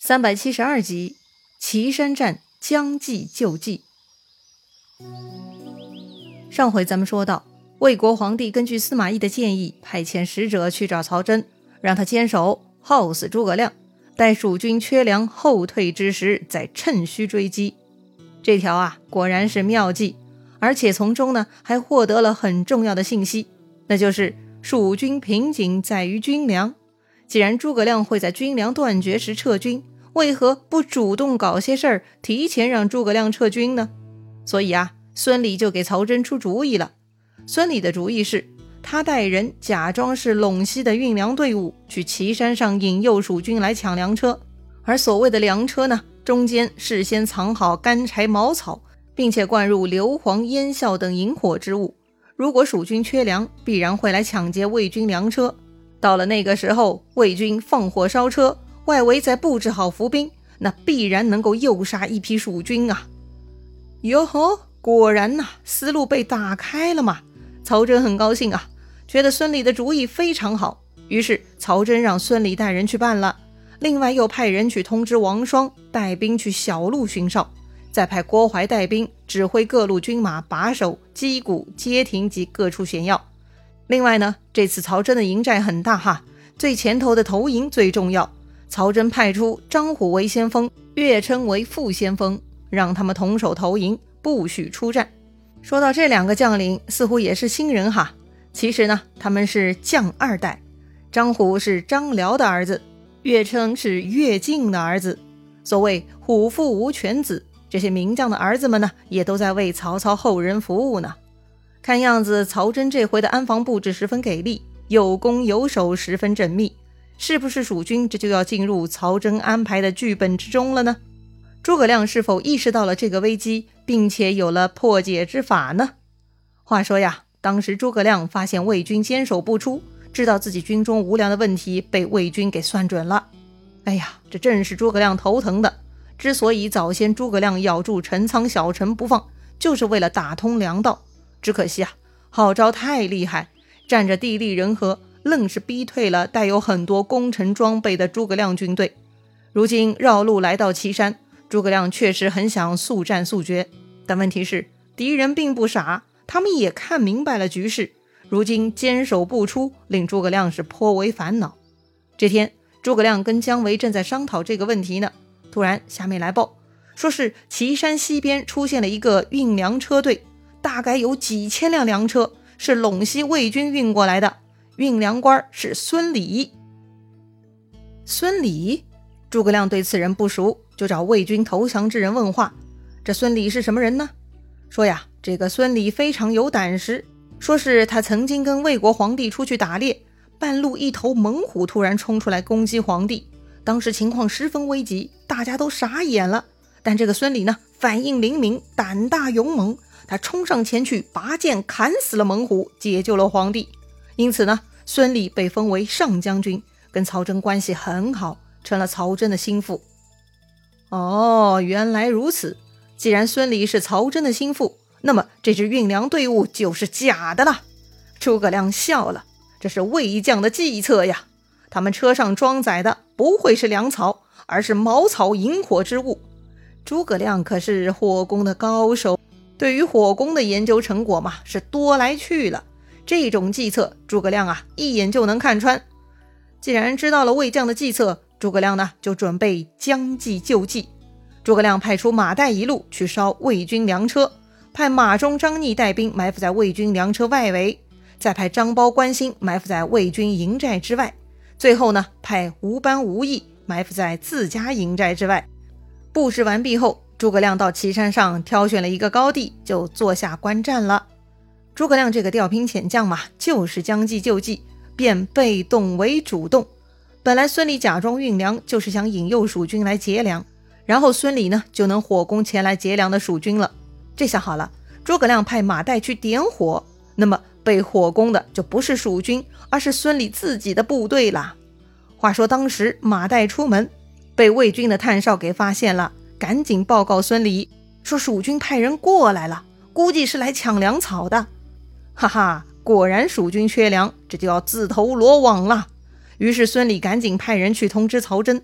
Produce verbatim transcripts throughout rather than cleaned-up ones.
三百七十二集，岐山战将计就计。上回咱们说到，魏国皇帝根据司马懿的建议，派遣使者去找曹真，让他坚守，耗死诸葛亮，待蜀军缺粮后退之时，再趁虚追击。这条啊，果然是妙计，而且从中呢，还获得了很重要的信息，那就是蜀军瓶颈在于军粮。既然诸葛亮会在军粮断绝时撤军，为何不主动搞些事儿，提前让诸葛亮撤军呢？所以啊，孙礼就给曹真出主意了。孙礼的主意是，他带人假装是陇西的运粮队伍，去岐山上引诱蜀军来抢粮车。而所谓的粮车呢，中间事先藏好干柴茅草，并且灌入硫磺、烟硝等引火之物。如果蜀军缺粮，必然会来抢劫魏军粮车。到了那个时候，魏军放火烧车，外围再布置好伏兵，那必然能够诱杀一批蜀军啊！哟吼，果然呐、啊，思路被打开了嘛！曹真很高兴啊，觉得孙礼的主意非常好，于是曹真让孙礼带人去办了，另外又派人去通知王双，带兵去小路巡哨，再派郭淮带兵指挥各路军马把守击鼓、街亭及各处险要。另外呢，这次曹真的营寨很大哈，最前头的头营最重要。曹真派出张虎为先锋，岳琛为副先锋，让他们同守头营，不许出战。说到这两个将领，似乎也是新人哈。其实呢，他们是将二代，张虎是张辽的儿子，岳琛是岳敬的儿子。所谓虎父无犬子，这些名将的儿子们呢，也都在为曹操后人服务呢。看样子曹真这回的安防布置十分给力，有攻有守，十分缜密。是不是蜀军这就要进入曹真安排的剧本之中了呢？诸葛亮是否意识到了这个危机，并且有了破解之法呢？话说呀，当时诸葛亮发现魏军坚守不出，知道自己军中无粮的问题被魏军给算准了。哎呀，这正是诸葛亮头疼的。之所以早先诸葛亮咬住陈仓小城不放，就是为了打通粮道。只可惜啊，号召太厉害，占着地利人和，愣是逼退了带有很多攻城装备的诸葛亮军队。如今绕路来到岐山，诸葛亮确实很想速战速决，但问题是敌人并不傻，他们也看明白了局势，如今坚守不出，令诸葛亮是颇为烦恼。这天，诸葛亮跟姜维正在商讨这个问题呢，突然下面来报，说是岐山西边出现了一个运粮车队，大概有几千辆粮车，是陇西魏军运过来的，运粮官是孙礼。孙礼？诸葛亮对此人不熟，就找魏军投降之人问话。这孙礼是什么人呢？说呀，这个孙礼非常有胆识，说是他曾经跟魏国皇帝出去打猎，半路一头猛虎突然冲出来攻击皇帝，当时情况十分危急，大家都傻眼了。但这个孙礼呢，反应灵敏，胆大勇猛，他冲上前去，拔剑砍死了猛虎，解救了皇帝。因此呢，孙礼被封为上将军，跟曹真关系很好，成了曹真的心腹。哦，原来如此。既然孙礼是曹真的心腹，那么这支运粮队伍就是假的了。诸葛亮笑了，这是魏将的计策呀。他们车上装载的不会是粮草，而是茅草引火之物。诸葛亮可是火攻的高手，对于火攻的研究成果嘛，是多来去了。这种计策，诸葛亮啊，一眼就能看穿。既然知道了魏将的计策，诸葛亮呢，就准备将计就计。诸葛亮派出马岱一路去烧魏军粮车，派马忠、张逆带兵埋伏在魏军粮车外围，再派张苞、关兴埋伏在魏军营寨之外，最后呢，派吴班、吴懿埋伏在自家营寨之外。布置完毕后，诸葛亮到岐山上挑选了一个高地，就坐下观战了。诸葛亮这个调兵遣将嘛，就是将计就计，变被动为主动。本来孙礼假装运粮，就是想引诱蜀军来劫粮，然后孙礼呢就能火攻前来劫粮的蜀军了。这下好了，诸葛亮派马岱去点火，那么被火攻的就不是蜀军，而是孙礼自己的部队啦。话说当时马岱出门，被魏军的探哨给发现了，赶紧报告孙礼，说蜀军派人过来了，估计是来抢粮草的。哈哈，果然蜀军缺粮，这就要自投罗网了。于是孙礼赶紧派人去通知曹真。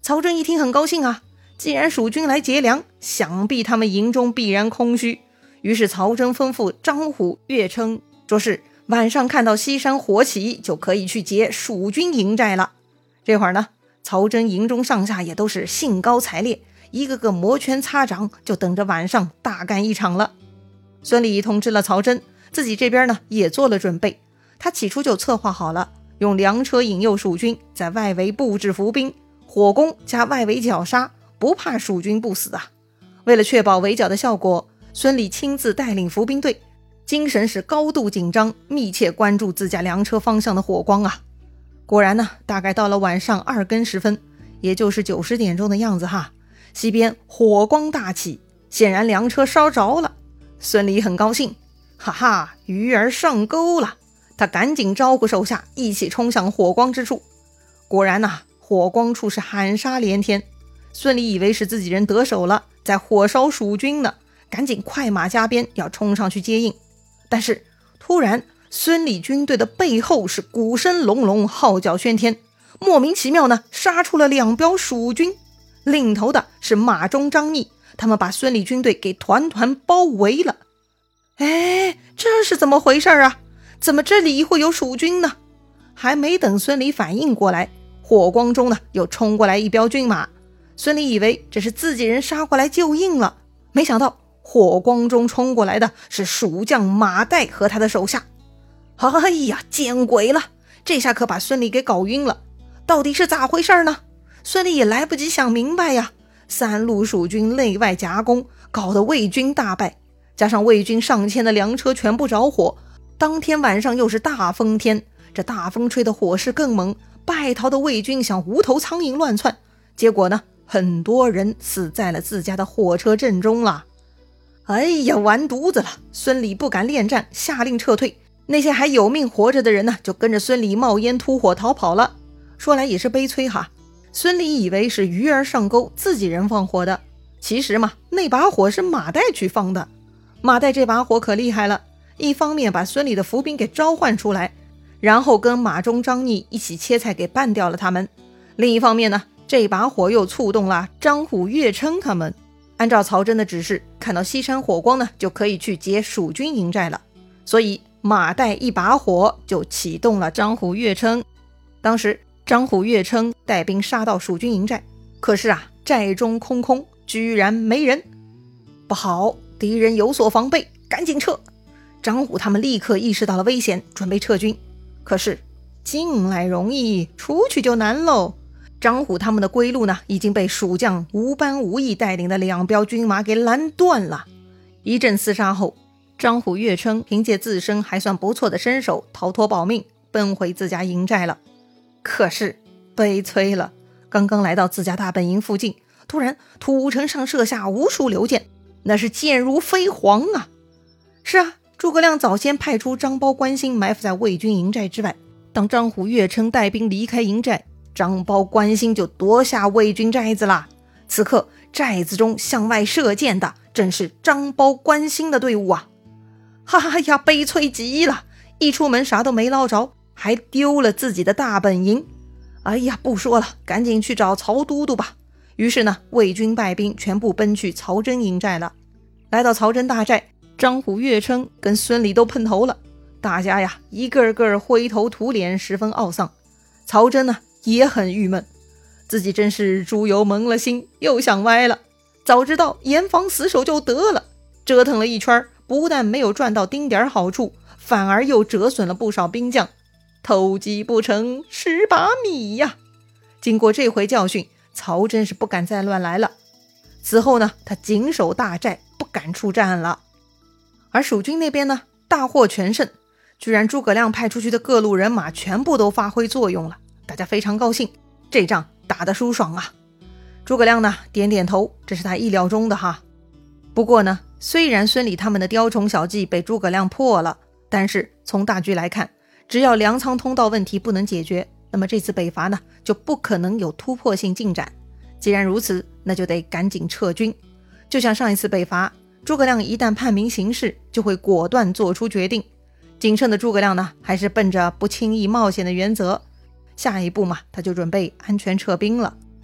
曹真一听很高兴啊，既然蜀军来劫粮，想必他们营中必然空虚。于是曹真吩咐张虎、岳称，说是晚上看到西山火起，就可以去劫蜀军营寨了。这会儿呢，曹真营中上下也都是兴高采烈，一个个摩拳擦掌，就等着晚上大干一场了。孙礼通知了曹真，自己这边呢也做了准备。他起初就策划好了，用粮车引诱蜀军，在外围布置伏兵，火攻加外围绞杀，不怕蜀军不死啊。为了确保围剿的效果，孙礼亲自带领伏兵队，精神是高度紧张，密切关注自家粮车方向的火光啊。果然呢，大概到了晚上二更时分，也就是九十点钟的样子哈，西边火光大起，显然粮车烧着了。孙礼很高兴，哈哈，鱼儿上钩了。他赶紧招呼手下一起冲向火光之处。果然呐、啊，火光处是喊杀连天。孙礼以为是自己人得手了，在火烧蜀军呢，赶紧快马加鞭要冲上去接应。但是突然孙礼军队的背后是鼓声隆隆，号角喧天，莫名其妙呢杀出了两彪蜀军。领头的是马忠、张逆，他们把孙礼军队给团团包围了。哎，这是怎么回事啊？怎么这里会有蜀军呢？还没等孙礼反应过来，火光中呢又冲过来一彪军马。孙礼以为这是自己人杀过来救应了，没想到火光中冲过来的是蜀将马岱和他的手下。哎呀，见鬼了！这下可把孙礼给搞晕了。到底是咋回事呢？孙礼也来不及想明白呀。三路蜀军内外夹攻，搞得魏军大败，加上魏军上千的粮车全部着火。当天晚上又是大风天，这大风吹的火势更猛，败逃的魏军像无头苍蝇乱窜，结果呢，很多人死在了自家的火车阵中了。哎呀，完犊子了！孙礼不敢恋战，下令撤退。那些还有命活着的人呢，就跟着孙礼冒烟突火逃跑了。说来也是悲催哈，孙礼以为是鱼儿上钩，自己人放火的，其实嘛，那把火是马岱去放的。马岱这把火可厉害了，一方面把孙礼的伏兵给召唤出来，然后跟马忠、张逆一起切菜给办掉了他们。另一方面呢，这把火又触动了张虎、岳称他们，按照曹真的指示，看到西山火光呢，就可以去劫蜀军营寨了。所以马岱一把火就启动了张虎、岳称。当时张虎、岳称带兵杀到蜀军营寨，可是啊，寨中空空，居然没人。不好，敌人有所防备，赶紧撤！张虎他们立刻意识到了危险，准备撤军。可是进来容易，出去就难喽。张虎他们的归路呢，已经被蜀将吴班、吴懿带领的两彪军马给拦断了。一阵厮杀后，张虎、岳称凭借自身还算不错的身手逃脱保命，奔回自家营寨了。可是悲催了，刚刚来到自家大本营附近，突然土城上射下无数流箭，那是箭如飞蝗啊！是啊，诸葛亮早先派出张苞、关兴埋伏在魏军营寨之外，当张虎、岳称带兵离开营寨，张苞、关兴就夺下魏军寨子啦。此刻寨子中向外射箭的正是张苞、关兴的队伍啊！哈哈呀，悲催极了！一出门啥都没捞着，还丢了自己的大本营。哎呀，不说了，赶紧去找曹都督吧。于是呢，魏军败兵全部奔去曹真营寨了。来到曹真大寨，张虎、岳称跟孙礼都碰头了，大家呀一个个灰头土脸，十分懊丧。曹真呢也很郁闷，自己真是猪油蒙了心，又想歪了。早知道严防死守就得了，折腾了一圈，不但没有赚到丁点好处，反而又折损了不少兵将，偷鸡不成蚀把米呀！经过这回教训，曹真是不敢再乱来了。此后呢，他紧守大寨，不敢出战了。而蜀军那边呢，大获全胜，居然诸葛亮派出去的各路人马全部都发挥作用了，大家非常高兴，这仗打得舒爽啊！诸葛亮呢点点头，这是他意料中的哈。不过呢，虽然孙礼他们的雕虫小技被诸葛亮破了，但是从大局来看，只要粮仓通道问题不能解决，那么这次北伐呢就不可能有突破性进展。既然如此，那就得赶紧撤军。就像上一次北伐，诸葛亮一旦判明形势，就会果断做出决定。谨慎的诸葛亮呢，还是奔着不轻易冒险的原则，下一步嘛，他就准备安全撤兵了。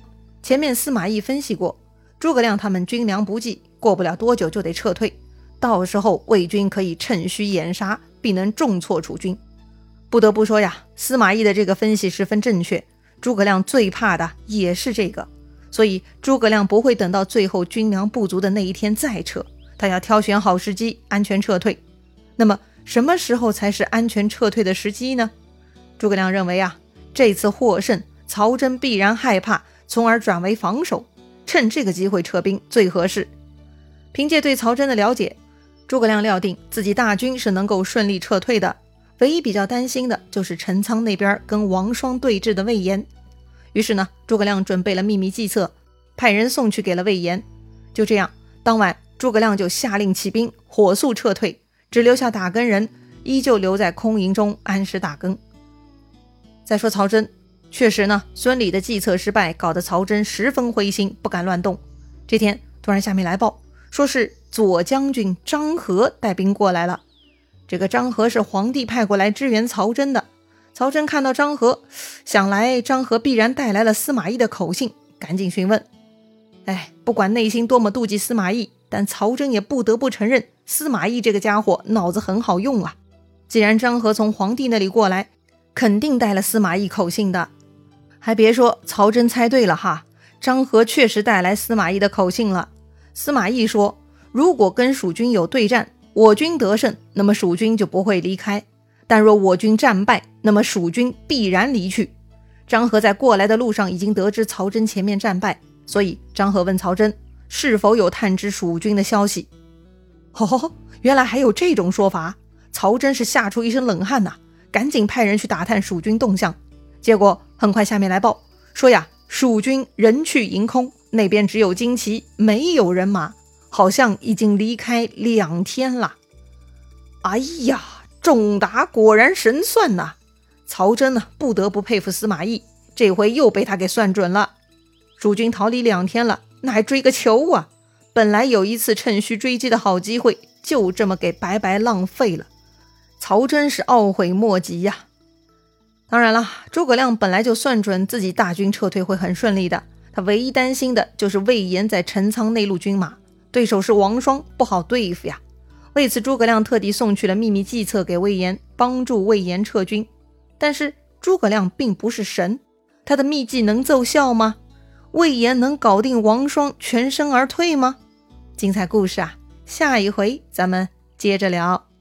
前面司马懿分析过，诸葛亮他们军粮不济，过不了多久就得撤退，到时候魏军可以趁虚掩杀，必能重挫楚军。不得不说呀，司马懿的这个分析十分正确，诸葛亮最怕的也是这个，所以诸葛亮不会等到最后军粮不足的那一天再撤，他要挑选好时机，安全撤退。那么什么时候才是安全撤退的时机呢？诸葛亮认为啊，这次获胜，曹真必然害怕，从而转为防守，趁这个机会撤兵最合适。凭借对曹真的了解，诸葛亮料定自己大军是能够顺利撤退的，唯一比较担心的就是陈仓那边跟王双对峙的魏延。于是呢，诸葛亮准备了秘密计策，派人送去给了魏延。就这样，当晚诸葛亮就下令起兵，火速撤退，只留下打更人依旧留在空营中安时打更。再说曹真，确实呢，孙礼的计策失败，搞得曹真十分灰心，不敢乱动。这天突然下面来报，说是左将军张合带兵过来了。这个张合是皇帝派过来支援曹真的。曹真看到张合，想来张合必然带来了司马懿的口信，赶紧询问。哎，不管内心多么妒忌司马懿，但曹真也不得不承认，司马懿这个家伙脑子很好用啊。既然张合从皇帝那里过来，肯定带了司马懿口信的。还别说，曹真猜对了哈，张合确实带来司马懿的口信了。司马懿说，如果跟蜀军有对战，我军得胜，那么蜀军就不会离开，但若我军战败，那么蜀军必然离去。张合在过来的路上已经得知曹真前面战败，所以张合问曹真是否有探知蜀军的消息。哦，原来还有这种说法。曹真是吓出一身冷汗呐、啊，赶紧派人去打探蜀军动向。结果很快下面来报说呀，蜀军人去营空，那边只有旌旗，没有人马，好像已经离开两天了。哎呀，仲达果然神算呐、啊！曹真呢，不得不佩服司马懿，这回又被他给算准了。蜀军逃离两天了，那还追个球啊！本来有一次趁虚追击的好机会，就这么给白白浪费了。曹真是懊悔莫及呀、啊。当然了，诸葛亮本来就算准自己大军撤退会很顺利的，他唯一担心的就是魏延在陈仓内陆军马，对手是王双，不好对付呀。为此诸葛亮特地送去了秘密计策给魏延，帮助魏延撤军。但是诸葛亮并不是神，他的秘计能奏效吗？魏延能搞定王双全身而退吗？精彩故事啊，下一回咱们接着聊。